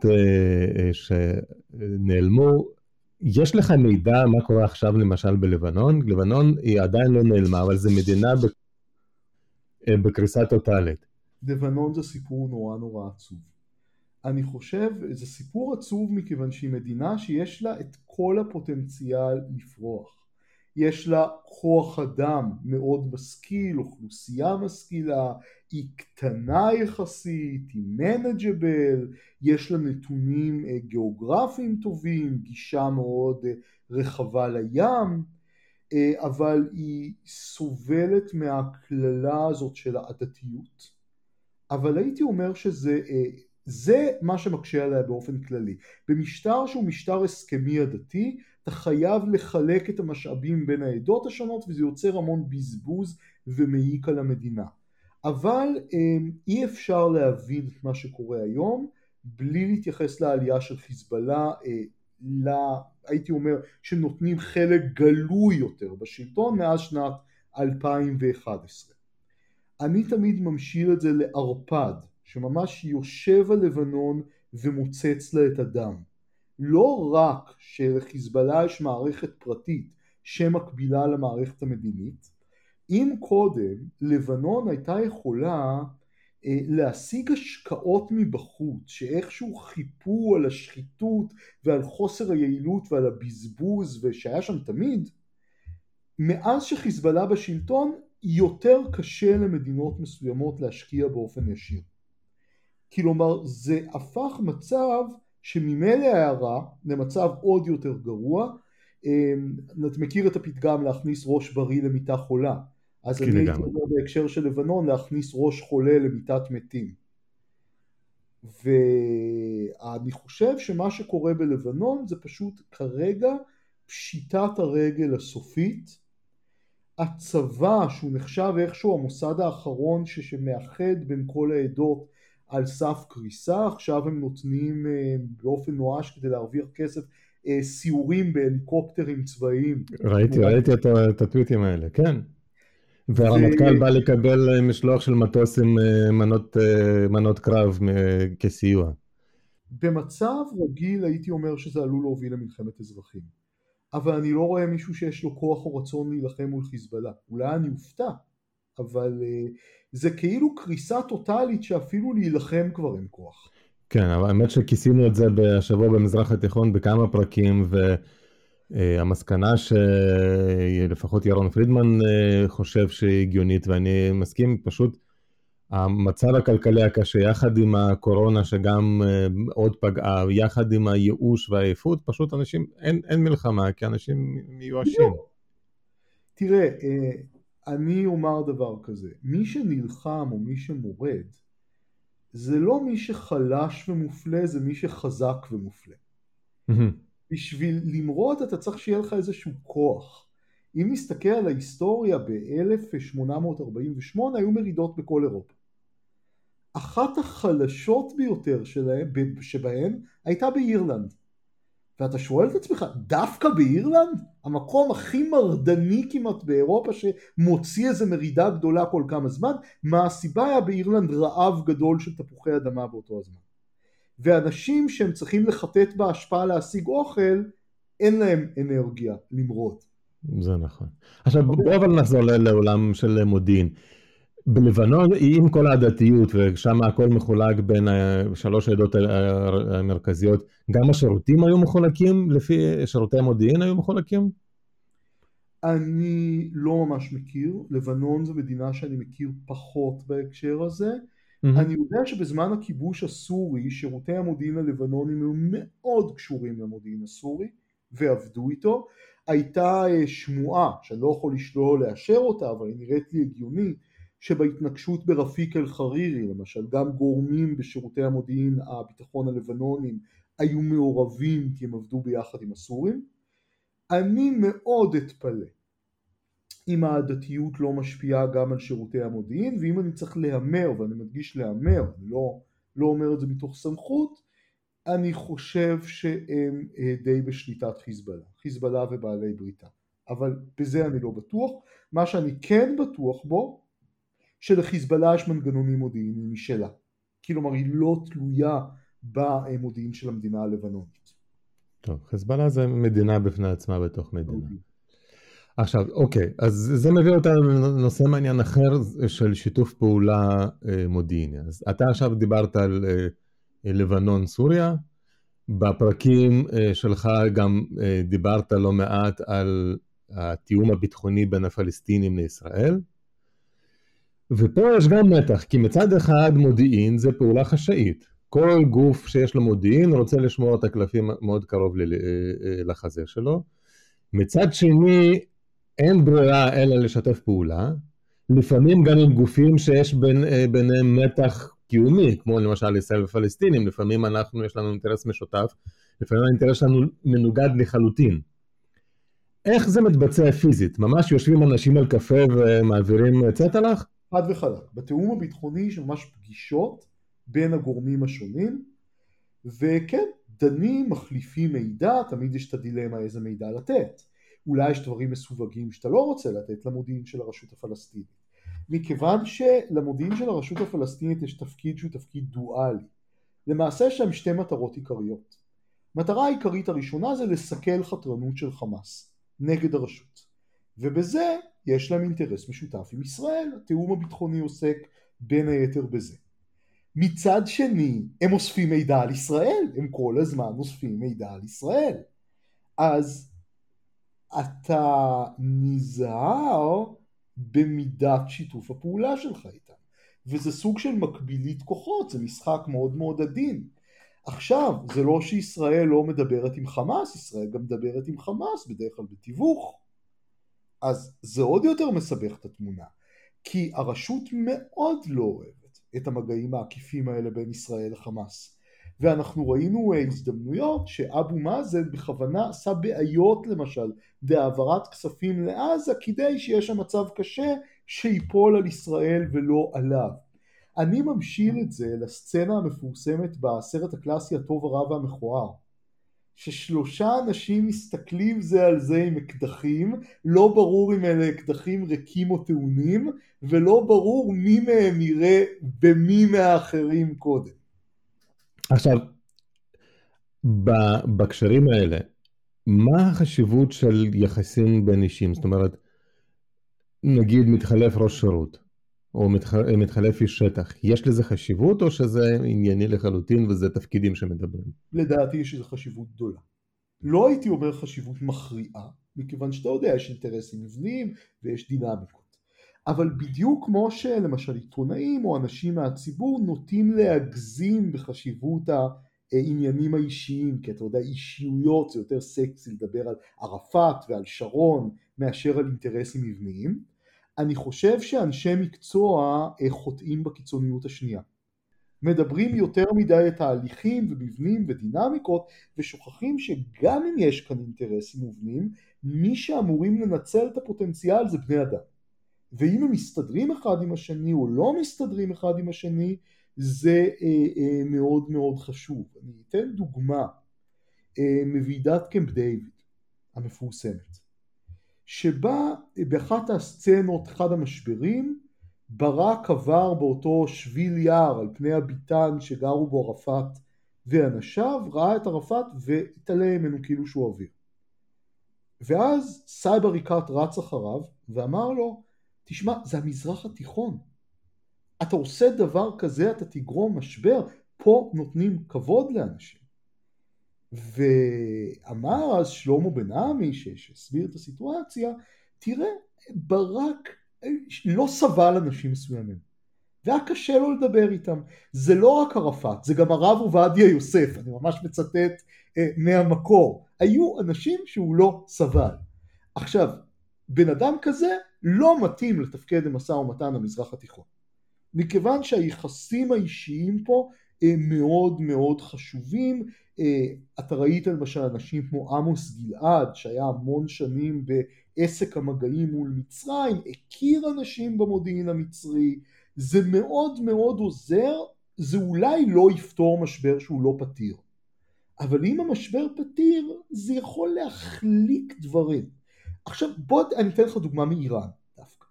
שנעלמו, יש לך מידע מה קורה עכשיו למשל בלבנון? לבנון היא עדיין לא נעלמה, אבל זו מדינה בקריסה טוטלית. לבנון זה סיפור נורא נורא עצוב. אני חושב, זה סיפור עצוב מכיוון שהיא מדינה שיש לה את כל הפוטנציאל לפרוח. יש לה כוח אדם מאוד משכיל, אוכלוסייה משכילה, היא קטנה יחסית, היא מנג'בל, יש לה נתונים גיאוגרפיים טובים, גישה מאוד רחבה לים, אבל היא סובלת מהכללה הזאת של העדתיות. אבל הייתי אומר שזה מה שמקשה עליה באופן כללי. במשטר שהוא משטר הסכמי עדתי, אתה חייב לחלק את המשאבים בין העדות השונות, וזה יוצר המון בזבוז ומעיק על המדינה. אבל אי אפשר להבין את מה שקורה היום, בלי להתייחס לעלייה של חיזבאללה, הייתי אומר שנותנים חלק גלוי יותר בשלטון מאז שנת 2011. אני תמיד ממשיל את זה לערפד, שממש יושב על לבנון ומוצץ לה את הדם. לא רק שלחיזבאללה יש מערכת פרטית שמקבילה למערכת המדינית, אם קודם לבנון הייתה יכולה להשיג השקעות מבחוץ שאיכשהו חיפו על השחיתות ועל חוסר היעילות ועל הבזבוז ושהיה שם תמיד, מאז שחיזבאללה בשלטון יותר קשה למדינות מסוימות להשקיע באופן ישיר. כלומר זה הפך מצב שממילא הערה למצב עוד יותר גרוע. אתה מכיר את הפתגם להכניס ראש בריא למיטה חולה, אז אני הייתי אומר בהקשר של לבנון להכניס ראש חולה למיטת מתים. ואני חושב שמה שקורה בלבנון זה פשוט כרגע פשיטת הרגל הסופית. הצבא שהוא נחשב איכשהו המוסד האחרון שמאחד בין כל העדות על סף קריסה, עכשיו הם נותנים באופן נואש כדי להרוויח כסף סיורים בהליקופטרים צבאיים. ראיתי את הטוויטים האלה, כן. והרמטכ"ל בא לקבל משלוח של מטוס עם מנות קרב כסיוע. במצב רגיל הייתי אומר שזה עלול להוביל למלחמת אזרחים. אבל אני לא רואה מישהו שיש לו כוח או רצון להילחם מול חיזבאללה. אולי אני אופתע, אבל זה כאילו קריסה טוטלית שאפילו להילחם כבר אין כוח. כן, אבל האמת שכיסינו את זה השבוע במזרח התיכון בכמה פרקים, והמסקנה שלפחות ירון פרידמן חושב שהיא הגיונית, ואני מסכים, פשוט המצב הכלכלי הקשה, יחד עם הקורונה שגם עוד פגעה, יחד עם הייאוש והעייפות, פשוט אנשים, אין מלחמה, כי אנשים מיואשים. תראה, אני אומר דבר כזה, מי שנלחם או מי שמורד, זה לא מי שחלש ומופלה, זה מי שחזק ומופלה. בשביל למרוד אתה צריך שיהיה לך איזשהו כוח. אם נסתכל על ההיסטוריה ב-1848 היו מרידות בכל אירופה. אחת החלשות ביותר שבהן הייתה באירלנד. ואתה שואל את עצמך, דווקא באירלנד? המקום הכי מרדני כמעט באירופה שמוציא איזה מרידה גדולה כל כמה זמן, מה הסיבה היה באירלנד רעב גדול של תפוחי אדמה באותו הזמן. ואנשים שהם צריכים לחטט בהשפעה להשיג אוכל, אין להם אנרגיה למרוד. זה נכון. עכשיו בוא אבל נחזור לעולם של מודיעין. בלבנון, עם כל העדתיות, ושם הכל מחולק בין 3 העדות המרכזיות, גם השירותים היו מחולקים, לפי שירותי המודיעין היו מחולקים? אני לא ממש מכיר, לבנון זו מדינה שאני מכיר פחות בהקשר הזה. אני יודע שבזמן הכיבוש הסורי, שירותי המודיעין הלבנונים היו מאוד קשורים למודיעין הסורי, ועבדו איתו. הייתה שמועה, שאני לא יכול לשלול לאשר אותה, אבל היא נראית לי הגיונית, שבהתנגשות ברפיק אל חרירי, למשל, גם גורמים בשירותי המודיעין הביטחון הלבנונים היו מעורבים כי הם עבדו ביחד עם הסורים. אני מאוד אתפלא אם העדתיות לא משפיעה גם על שירותי המודיעין, ואם אני צריך להמר, ואני מדגיש להמר, אני לא אומר את זה מתוך סמכות, אני חושב שהם די בשליטת חיזבאללה ובעלי בריתה. אבל בזה אני לא בטוח. מה שאני כן בטוח בו, שלחיזבאללה יש מנגנונים מודיעיניים משלה. כלומר, היא לא תלויה במודיעין של המדינה הלבנונית. טוב, חיזבאללה זה מדינה בפני עצמה בתוך מדינה. עכשיו, אוקיי, אז זה מביא אותנו לנושא מעניין אחר של שיתוף פעולה מודיעיני. אז אתה עכשיו דיברת על לבנון, סוריה, בפרקים שלך גם דיברת לא מעט על התיאום הביטחוני בין הפלסטינים לישראל, ופה יש גם מתח, כי מצד אחד מודיעין זה פעולה חשאית. כל גוף שיש לו מודיעין רוצה לשמור את הקלפים מאוד קרוב לחזה שלו. מצד שני, אין ברירה אלא לשתף פעולה, לפעמים גם עם גופים שיש ביניהם מתח קיומי, כמו למשל ישראל ופלסטינים, לפעמים יש לנו אינטרס משותף, לפעמים האינטרס שלנו מנוגד לחלוטין. איך זה מתבצע פיזית? ממש יושבים אנשים על קפה ומעבירים צטלך? חד וחלק. בתיאום הביטחוני יש ממש פגישות בין הגורמים השונים, וכן, דנים, מחליפים מידע, תמיד יש את הדילמה איזה מידע לתת. אולי יש דברים מסווגים שאתה לא רוצה לתת למודיעין של הרשות הפלסטינית. מכיוון שלמודיעין של הרשות הפלסטינית יש תפקיד שהוא תפקיד דואלי. למעשה יש להם 2 מטרות עיקריות. מטרה העיקרית הראשונה זה לסכל חתרנות של חמאס נגד הרשות. ובזה יש להם אינטרס משותף עם ישראל. התיאום הביטחוני עוסק בין היתר בזה. מצד שני, הם אוספים מידע על ישראל. הם כל הזמן אוספים מידע על ישראל. אז אתה נזהר במידת שיתוף הפעולה שלך איתם. וזה סוג של מקבילית כוחות, זה משחק מאוד מאוד עדין. עכשיו, זה לא שישראל לא מדברת עם חמאס, ישראל גם מדברת עם חמאס, בדרך כלל בתיווך. אז זה עוד יותר מסבך את התמונה, כי הרשות מאוד לא אוהבת את המגעים העקיפים האלה בין ישראל לחמאס. ואנחנו ראינו הזדמנויות שאבו מאזן בכוונה עשה בעיות, למשל בהעברת כספים לעזה, כדי שיש שם מצב קשה שיפול על ישראל ולא עליו. אני ממשיל את זה לסצנה המפורסמת בסרט הקלאסי הטוב הרע והמכוער, ש3 אנשים מסתכלים זה על זה עם אקדחים, לא ברור אם אלה אקדחים ריקים או טעונים, ולא ברור מי מהם יראה במי מהאחרים קודם. עכשיו, בקשרים האלה, מה החשיבות של יחסים בין אישים? זאת אומרת, נגיד מתחלף ראש שירות, או מתחלף איש שטח, יש לזה חשיבות או שזה ענייני לחלוטין וזה תפקידים שמדברים? לדעתי יש לזה חשיבות גדולה. לא הייתי אומר חשיבות מכריעה, מכיוון שאתה יודע, יש אינטרסים מבניים ויש דינמיקות. אבל בדיוק כמו שלמשל עיתונאים או אנשים מהציבור נוטים להגזים בחשיבות העניינים האישיים, כי אתה יודע, אישיויות זה יותר סקסי לדבר על ערפאת ועל שרון מאשר על אינטרסים מבניים. אני חושב שאנשי מקצוע חוטאים בקיצוניות השנייה. מדברים יותר מדי את תהליכים ומבנים ודינמיקות, ושוכחים שגם אם יש כאן אינטרסים מובנים, מי שאמורים לנצל את הפוטנציאל זה בני אדם. ואם הם מסתדרים אחד עם השני או לא מסתדרים אחד עם השני, זה מאוד מאוד חשוב. אני אתן דוגמה מוועידת קמפ דיוויד המפורסמת, שבה באחת הסצנות, אחד המשברים, ברק עבר באותו שביל יער על פני הביטן שגרו בו ערפאת ואנשיו ראה את ערפאת והתעלם ממנו כאילו שהוא אוויר. ואז סאיב עריקאת רץ אחריו ואמר לו, תשמע, זה המזרח התיכון, אתה עושה דבר כזה, אתה תגרום משבר, פה נותנים כבוד לאנשים. ואמר אז שלמה בן עמי שהסביר את הסיטואציה, תראה, ברק לא סבל אנשים מסוימים, והיה קשה לו לדבר איתם. זה לא רק ערפאת, זה גם הרב עובדיה יוסף, אני ממש מצטט מהמקור. היו אנשים שהוא לא סבל. עכשיו, בן אדם כזה לא מתאים לתפקד במשא ומתן המזרח התיכון. מכיוון שהיחסים האישיים פה מאוד מאוד חשובים. אתה ראית למשל אנשים כמו עמוס גלעד, שהיה המון שנים בעסק המגעים מול מצרים, הכיר אנשים במודיעין המצרי, זה מאוד מאוד עוזר. זה אולי לא יפתור משבר שהוא לא פתיר, אבל אם המשבר פתיר, זה יכול להחליק דברים. עכשיו בוא אני אתן לך דוגמה מאיראן דווקא.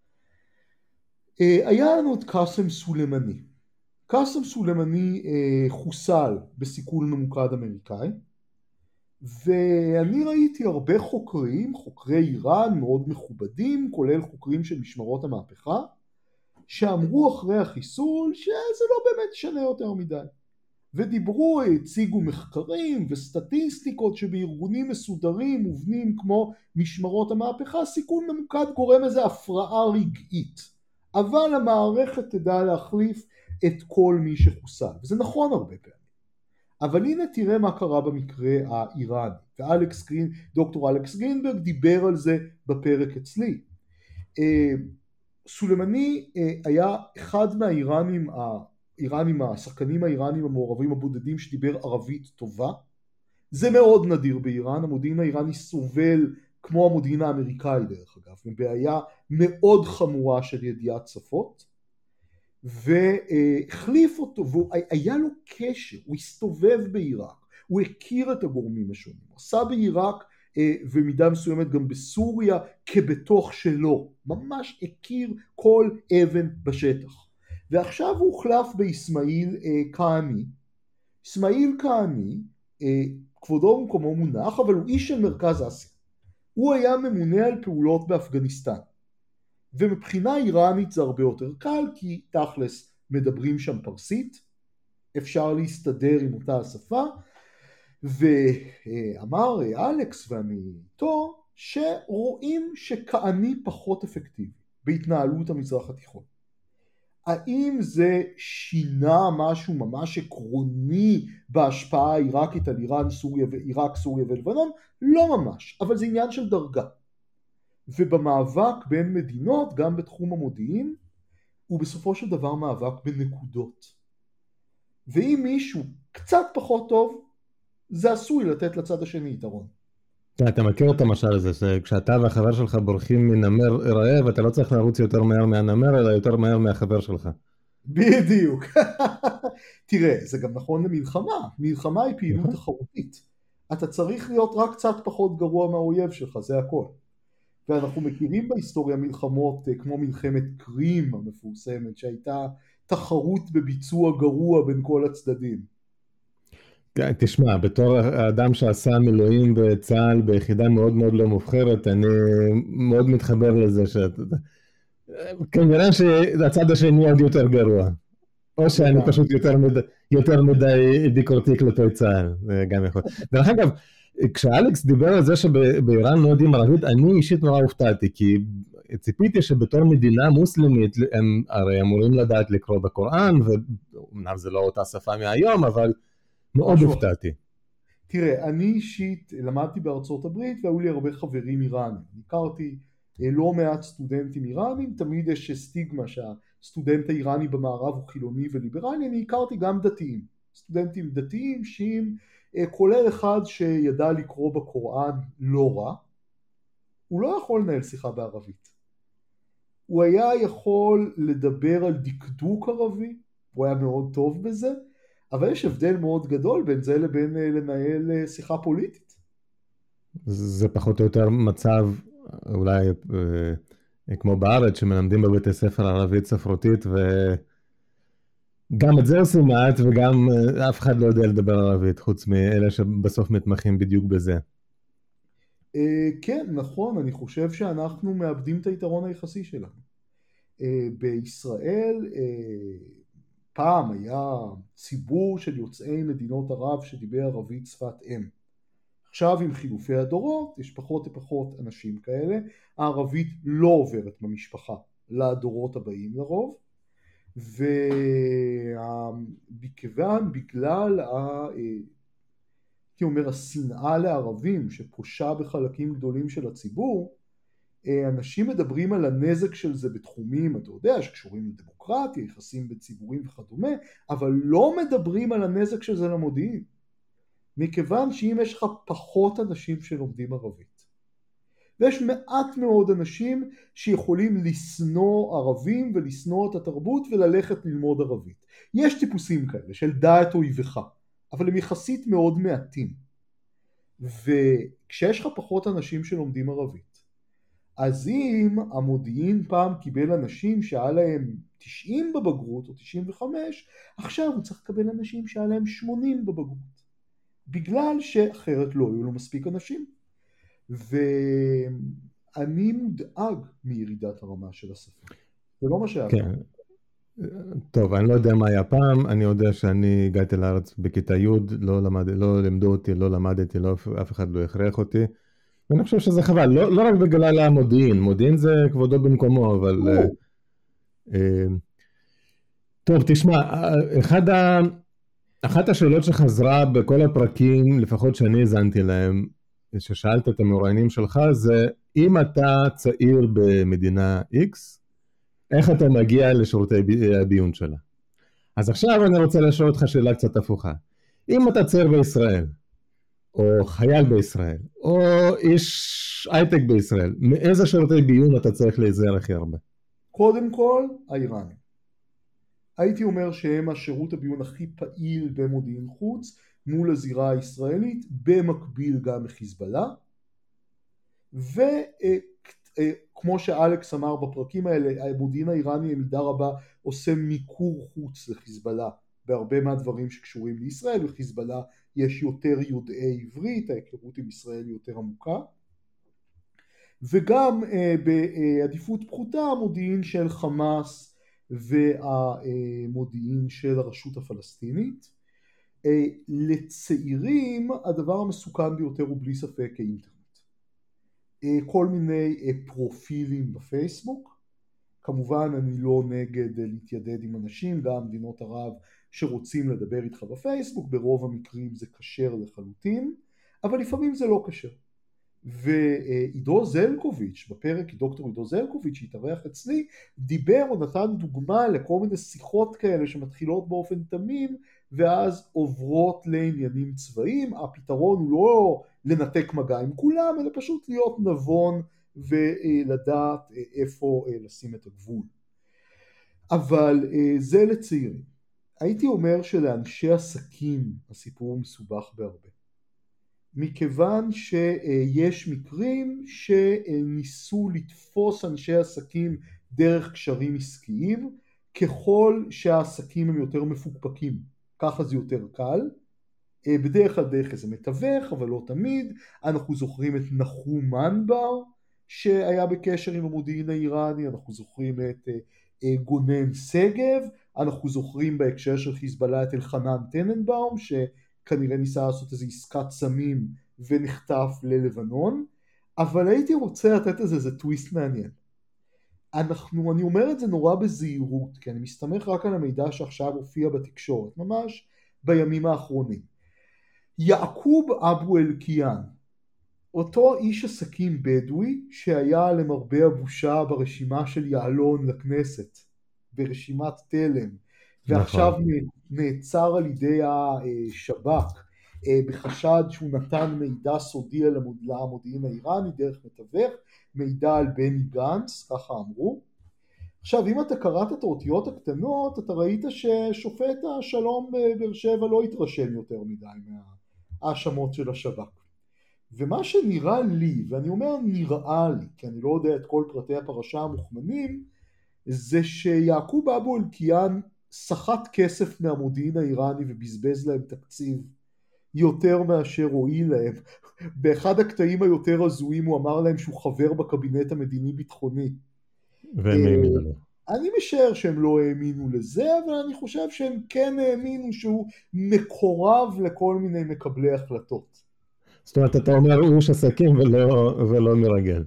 היה לנו את קאסם סולימני. קאסם סולימני חוסל בסיכול ממוקד אמריקאי, ואני ראיתי הרבה חוקרי איראן מאוד מכובדים, כולל חוקרים של משמרות המהפכה, שאמרו אחרי החיסול שזה לא באמת שנה יותר מדי. ודיברו, הציגו מחקרים וסטטיסטיקות שבארגונים מסודרים מובנים כמו משמרות המהפכה, סיכול ממוקד גורם איזו הפרעה רגעית, אבל המערכת תדע להחליף את כל מי שחוסל, וזה נכון הרבה פעמים. אבל הנה תראה מה קרה במקרה האיראני, דוקטור אלכס גרינברג דיבר על זה בפרק אצלי. סולימני היה אחד מהאיראנים, השחקנים האיראנים המעורבים הבודדים שדיבר ערבית טובה. זה מאוד נדיר באיראן, המודיעין האיראני סובל כמו המודיעין האמריקאי דרך אגב, מבעיה מאוד חמורה של ידיעת שפות, והחליף אותו, והיה לו קשר, הוא הסתובב בעיראק, הוא הכיר את הגורמים השונים, הוא עשה בעיראק ומידה מסוימת גם בסוריה כבתוך שלו, ממש הכיר כל אבן בשטח. ועכשיו הוא הוחלף באסמאעיל כהני. אסמאעיל כהני, כבודו ומקומו מונח, אבל הוא איש של מרכז אסיה. הוא היה ממונה על פעולות באפגניסטן. ומבחינה איראנית זה הרבה יותר קל, כי תכלס מדברים שם פרסית, אפשר להסתדר עם אותה השפה, ואמר אלכס ואני איתו, שרואים שכהני פחות אפקטיבי בהתנהלות המזרח התיכון. האם זה שינה משהו ממש עקרוני בהשפעה העיראקית על איראן, סוריה ועיראק, סוריה ולבנון? לא ממש, אבל זה עניין של דרגה. ובמאבק בין מדינות, גם בתחום המודיעין, הוא בסופו של דבר מאבק בנקודות. ואם מישהו קצת פחות טוב, זה עשוי לתת לצד השני יתרון. אתה מכיר את המשל הזה, שכשאתה והחבר שלך בורחים מנמר רעב, אתה לא צריך לרוץ יותר מהר מהנמר, אלא יותר מהר מהחבר שלך. בדיוק. תראה, זה גם נכון למלחמה. מלחמה היא פעילות תחרותית. אתה צריך להיות רק קצת פחות גרוע מהאויב שלך, זה הכל. ואנחנו מכירים בהיסטוריה מלחמות כמו מלחמת קרים המפורסמת, שהייתה תחרות בביצוע גרוע בין כל הצדדים. תשמע, בתור האדם שעשה מילואים בצה"ל ביחידה מאוד מאוד לא מובחרת, אני מאוד מתחבר לזה כנראה שהצד השני עוד יותר גרוע, או שאני פשוט יותר מדי ביקורתי כלפי צה"ל, זה גם יכול. דרך אגב, כשאלכס דיבר על זה שבאיראן לא יודעים ערבית, אני אישית נורא הופתעתי, כי ציפיתי שבתור מדינה מוסלמית הם הרי אמורים לדעת לקרוא בקוראן, ואומנם זה לא אותה שפה מהיום, אבל מאוד הופתעתי. תראה, אני אישית למדתי בארצות הברית והיו לי הרבה חברים איראנים. הכרתי לא מעט סטודנטים איראנים, תמיד יש סטיגמה שהסטודנט האיראני במערב הוא חילוני וליברלי, אני הכרתי גם דתיים. סטודנטים דתיים, שיעים, כולל אחד שידע לקרוא בקוראן לא רע, הוא לא יכול לנהל שיחה בערבית. הוא היה יכול לדבר על דקדוק ערבי, הוא היה מאוד טוב בזה, אבל יש הבדל מאוד גדול בין זה לבין לנהל שיחה פוליטית. זה פחות או יותר מצב, אולי כמו בארץ, שמלמדים בבתי ספר ערבית ספרותית, גם את זה עושים מעט, וגם אף אחד לא יודע לדבר ערבית, חוץ מאלה שבסוף מתמחים בדיוק בזה. כן, נכון, אני חושב שאנחנו מאבדים את היתרון היחסי שלנו. בישראל פעם היה ציבור של יוצאי מדינות ערב שדיבר ערבית שפת אם. עכשיו עם חילופי הדורות יש פחות ופחות אנשים כאלה, הערבית לא עוברת במשפחה לדורות הבאים לרוב, בגלל הייתי אומר השנאה לערבים שפושה בחלקים גדולים של הציבור, אנשים מדברים על הנזק של זה בתחומים, אתה יודע, שקשורים לדמוקרטיה, יחסים בין ציבורים וכדומה, אבל לא מדברים על הנזק של זה למודיעין. מכיוון שאם יש לך פחות אנשים שלומדים ערבית, ויש מעט מאוד אנשים שיכולים לשנוא ערבים ולשנוא את התרבות וללכת ללמוד ערבית. יש טיפוסים כאלה של דעת אויבך, אבל הם יחסית מאוד מעטים. וכשיש לך פחות אנשים שלומדים ערבית, אז אם המודיעין פעם קיבל אנשים שהיה להם 90 בבגרות או 95, עכשיו הוא צריך לקבל אנשים שהיה להם 80 בבגרות. בגלל שאחרת לא היו לו מספיק אנשים. ואני מודאג מירידת הרמה של השפה. זה לא מה שהיה. כן. טוב, אני לא יודע מה היה פעם, אני יודע שאני הגעתי לארץ בכיתה י', לא לימדו אותי, לא למדתי, אף אחד לא הכריח אותי. ואני חושב שזה חבל, לא רק בגלל המודיעין, מודיעין זה כבודו במקומו, אבל... טוב, תשמע, אחת השאלות שחזרה בכל הפרקים, לפחות שאני הזנתי להם, ששאלת את המרואיינים שלך, זה אם אתה צעיר במדינה X, איך אתה מגיע לשירותי הביון שלה? אז עכשיו אני רוצה לשאול אותך שאלה קצת הפוכה. אם אתה צעיר בישראל, או חייל בישראל, או איש הייטק בישראל, מאיזה שירותי ביון אתה צריך להיזהר הכי הרבה? קודם כל, האיראנים. הייתי אומר שהם השירות הביון הכי פעיל במודיעין חוץ, מול הזירה הישראלית, במקביל גם לחיזבאללה, וכמו שאלכס אמר בפרקים האלה, המודיעין האיראני במידה רבה עושה מיקור חוץ לחיזבאללה, בהרבה מהדברים שקשורים לישראל, וחיזבאללה יש יותר יודעי עברית, ההיכרות עם ישראל היא יותר עמוקה, וגם בעדיפות פחותה המודיעין של חמאס והמודיעין של הרשות הפלסטינית. לצעירים הדבר המסוכן ביותר הוא בלי ספק האינטרנט. כל מיני פרופילים בפייסבוק, כמובן אני לא נגד להתיידד עם אנשים, גם מדינות ערב שרוצים לדבר איתך בפייסבוק, ברוב המקרים זה כשר לחלוטין, אבל לפעמים זה לא כשר. ועידו זלקוביץ' בפרק, דוקטור עידו זלקוביץ' שהתארח אצלי, דיבר או נתן דוגמה לכל מיני שיחות כאלה שמתחילות באופן תמים ואז עוברות לעניינים צבאיים. הפתרון הוא לא לנתק מגע עם כולם, אלא פשוט להיות נבון ולדעת איפה לשים את הגבול. אבל זה לצעירים. הייתי אומר שלאנשי עסקים הסיפור מסובך בהרבה. מכיוון שיש מקרים שניסו לתפוס אנשי עסקים דרך קשרים עסקיים, ככל שהעסקים הם יותר מפוקפקים, ככה זה יותר קל. בדרך כלל דרך איזה מתווך, אבל לא תמיד. אנחנו זוכרים את נחום מנבר שהיה בקשר עם המודיעין האיראני, אנחנו זוכרים את גונן סגב, אנחנו זוכרים בהקשר של חיזבאללה את אלחנן טננבאום כנראה ניסה לעשות איזו עסקת סמים ונחטף ללבנון, אבל הייתי רוצה לתת איזה טוויסט מעניין. אני אומר את זה נורא בזהירות, כי אני מסתמך רק על המידע שעכשיו הופיע בתקשורת, ממש בימים האחרונים. יעקוב אבו אלקיעאן, אותו איש עסקים בדואי שהיה למרבה הבושה ברשימה של יעלון לכנסת, ברשימת תלם, ועכשיו נעצר על ידי השב"כ בחשד שהוא נתן מידע סודי למודיעין האיראני דרך מתווך, מידע על בני גנץ, ככה אמרו. עכשיו אם אתה קראת את האותיות הקטנות, אתה ראית ששופט השלום בבאר שבע לא התרשם יותר מדי מההאשמות של השב"כ. ומה שנראה לי, ואני אומר נראה לי, כי אני לא יודע את כל פרטי הפרשה המוכמנים, זה שיעקוב אבו אלקיעאן סחט כסף מהמודיעין האיראני ובזבז להם תקציב יותר מאשר הועיל להם. באחד הקטעים היותר הזויים הוא אמר להם שהוא חבר בקבינט המדיני ביטחוני. והם האמינו לו. אני משער שהם לא האמינו לזה, אבל אני חושב שהם כן האמינו שהוא מקורב לכל מיני מקבלי החלטות. זאת אומרת, אתה אומר הוא איש עסקים ולא מרגל.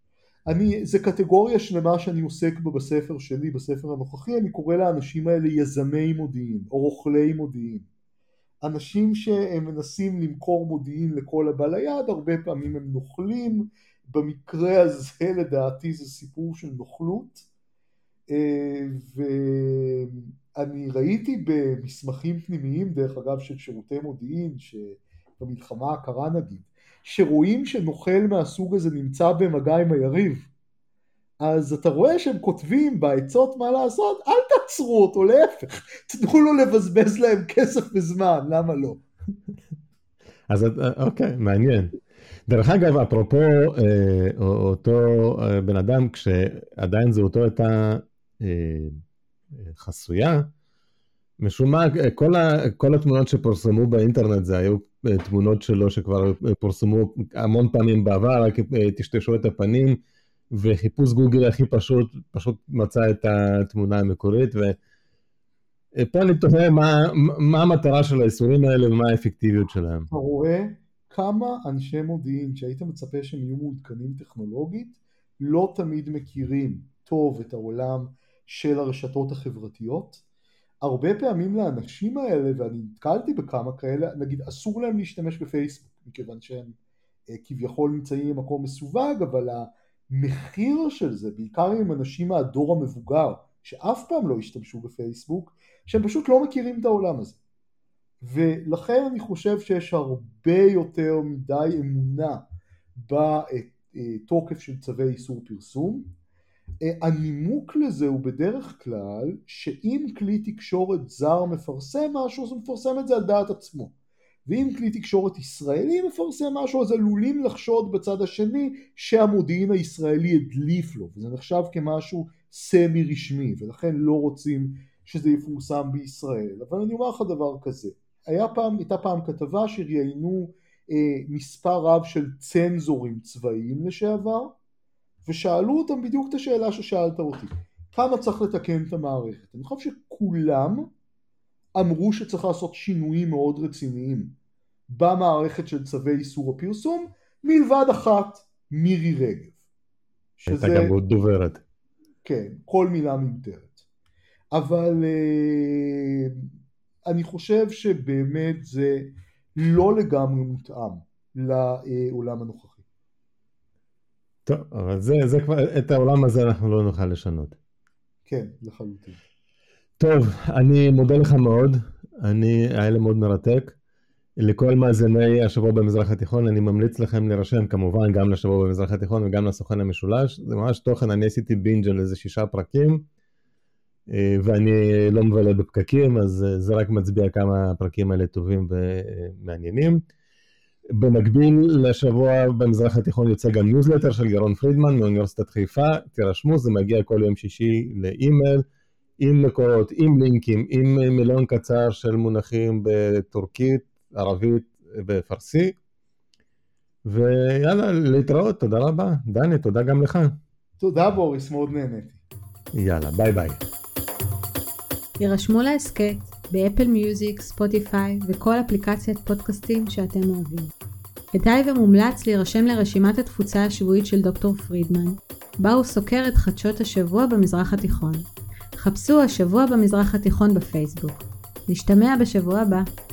אז אוקיי, מעניין. דרך אגב, אפרופו אותו בן אדם, כשעדיין זהותו הייתה חסויה, משום מה, כל התמונות שפורסמו באינטרנט זה היו תמונות שלו שכבר פורסמו המון פעמים בעבר, רק תשתשו את הפנים, וחיפוש גוגל הכי פשוט מצא את התמונה המקורית, ופה אני תוהה מה המטרה של האיסורים האלה ומה האפקטיביות שלהם. אתה רואה כמה אנשי מודיעין שהיית מצפה שהם יהיו מעודכנים טכנולוגית, לא תמיד מכירים טוב את העולם של הרשתות החברתיות. הרבה פעמים לאנשים האלה, ואני נתקלתי בכמה כאלה, נגיד אסור להם להשתמש בפייסבוק, מכיוון שהם כביכול נמצאים במקום מסווג, אבל המחיר של זה, בעיקר עם אנשים מהדור המבוגר, שאף פעם לא השתמשו בפייסבוק, שהם פשוט לא מכירים את העולם הזה. ולכן אני חושב שיש הרבה יותר מדי אמונה בתוקף של צווי איסור פרסום. הנימוק לזה הוא בדרך כלל שאם כלי תקשורת זר מפרסם משהו, אז הוא מפרסם את זה על דעת עצמו. ואם כלי תקשורת ישראלי מפרסם משהו, אז עלולים לחשוד בצד השני שהמודיעין הישראלי הדליף לו, וזה נחשב כמשהו סמי רשמי, ולכן לא רוצים שזה יפורסם בישראל. אבל אני אומר לך דבר כזה, הייתה פעם כתבה שראיינו מספר רב של צנזורים צבאיים לשעבר, ושאלו אותם בדיוק את השאלה ששאלת אותי, כמה צריך לתקן את המערכת? אני חושב שכולם אמרו שצריך לעשות שינויים מאוד רציניים במערכת של צווי איסור הפרסום, מלבד אחת, מירי רגב. הייתה גם עוד דוברת. כן, כל מילה מיותרת. אבל אני חושב שבאמת זה לא לגמרי מותאם לעולם הנוכחי. טוב, אבל זה כבר, את העולם הזה אנחנו לא נוכל לשנות. כן, לחלוטין. טוב, אני מודה לך מאוד, היה לי מאוד מרתק. לכל מאזיני השבוע במזרח התיכון, אני ממליץ לכם להירשם כמובן גם לשבוע במזרח התיכון וגם לסוכן המשולש. זה ממש תוכן, אני עשיתי בינג' על איזה 6 פרקים, ואני לא מבלה בפקקים, אז זה רק מצביע כמה הפרקים האלה טובים ומעניינים. במקביל לשבוע במזרח התיכון יוצא גם ניוזלטר של ירון פרידמן מאוניברסיטת חיפה, תירשמו, זה מגיע כל יום שישי לאימייל, עם מקורות, עם לינקים, עם מילון קצר של מונחים בטורקית, ערבית ופרסי, ויאללה, להתראות, תודה רבה. דני, תודה גם לך. תודה בוריס, מאוד נהניתי. יאללה, ביי ביי. יירשמו להסקט באפל מיוזיק, ספוטיפיי וכל אפליקציית פודקאסטים שאתם אוהבים. כדאי ומומלץ להירשם לרשימת התפוצה השבועית של דוקטור פרידמן, בה הוא סוקר את חדשות השבוע במזרח התיכון. חפשו השבוע במזרח התיכון בפייסבוק. נשתמע בשבוע הבא.